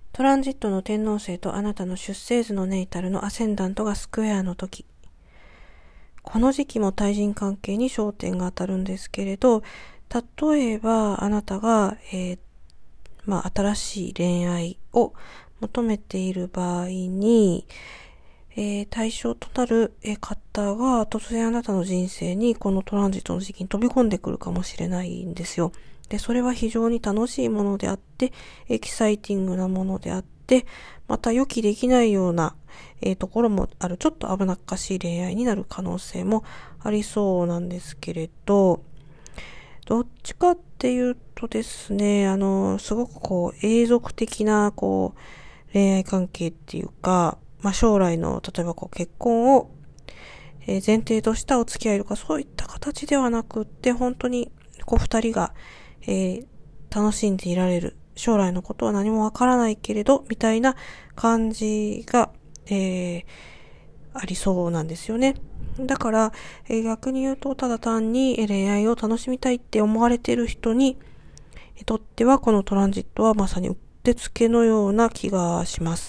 トランジットの天王星とあなたの出生図のネイタルのアセンダントがスクエアの時。この時期も対人関係に焦点が当たるんですけれど、例えばあなたが、新しい恋愛を求めている場合に、対象となる方が突然あなたの人生にこのトランジットの時期に飛び込んでくるかもしれないんですよ。で、それは非常に楽しいものであって、エキサイティングなものであって、また予期できないような、ところもある、ちょっと危なっかしい恋愛になる可能性もありそうなんですけれど、どっちかっていうとですね、すごく永続的な、恋愛関係っていうか、将来の、例えば結婚を、前提としたお付き合いとか、そういった形ではなくって、本当に、二人が、楽しんでいられる。将来のことは何もわからないけれど、みたいな感じが、ありそうなんですよね。だから、逆に言うと、ただ単に恋愛を楽しみたいって思われている人にとっては、このトランジットはまさにうってつけのような気がします。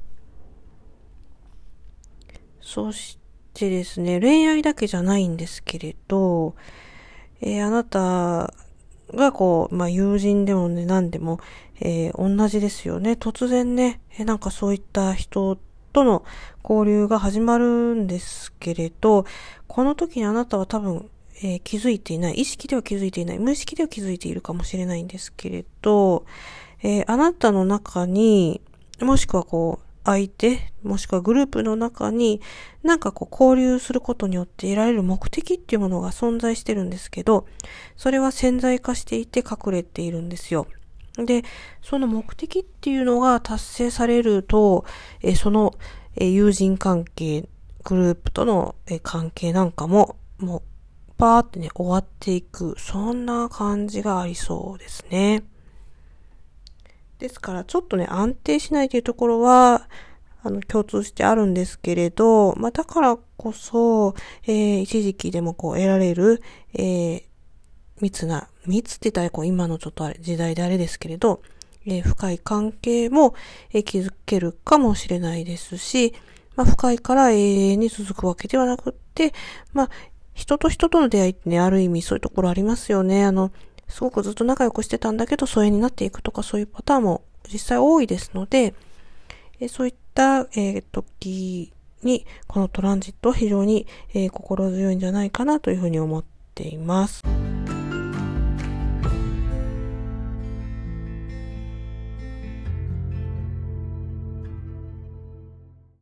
そしてですね、恋愛だけじゃないんですけれど、あなたが友人でもね、何でも、同じですよね。突然ね、なんかそういった人との交流が始まるんですけれど、この時にあなたは多分、気づいていない、意識では気づいていない、無意識では気づいているかもしれないんですけれど、あなたの中に、もしくは相手、もしくはグループの中に、なんか交流することによって得られる目的っていうものが存在してるんですけど、それは潜在化していて隠れているんですよ。で、その目的っていうのが達成されると、その、友人関係、グループとの、関係なんかも、もう、パーってね、終わっていく、そんな感じがありそうですね。ですから、ちょっとね、安定しないというところは、共通してあるんですけれど、だからこそ、一時期でも得られる、密って言ったら今のちょっと時代であれですけれど、深い関係も、築けるかもしれないですし、深いから永遠に続くわけではなくって、人と人との出会いってね、ある意味そういうところありますよね。すごくずっと仲良くしてたんだけど、疎遠になっていくとかそういうパターンも実際多いですので、そういった、時このトランジットは非常に、心強いんじゃないかなというふうに思っています。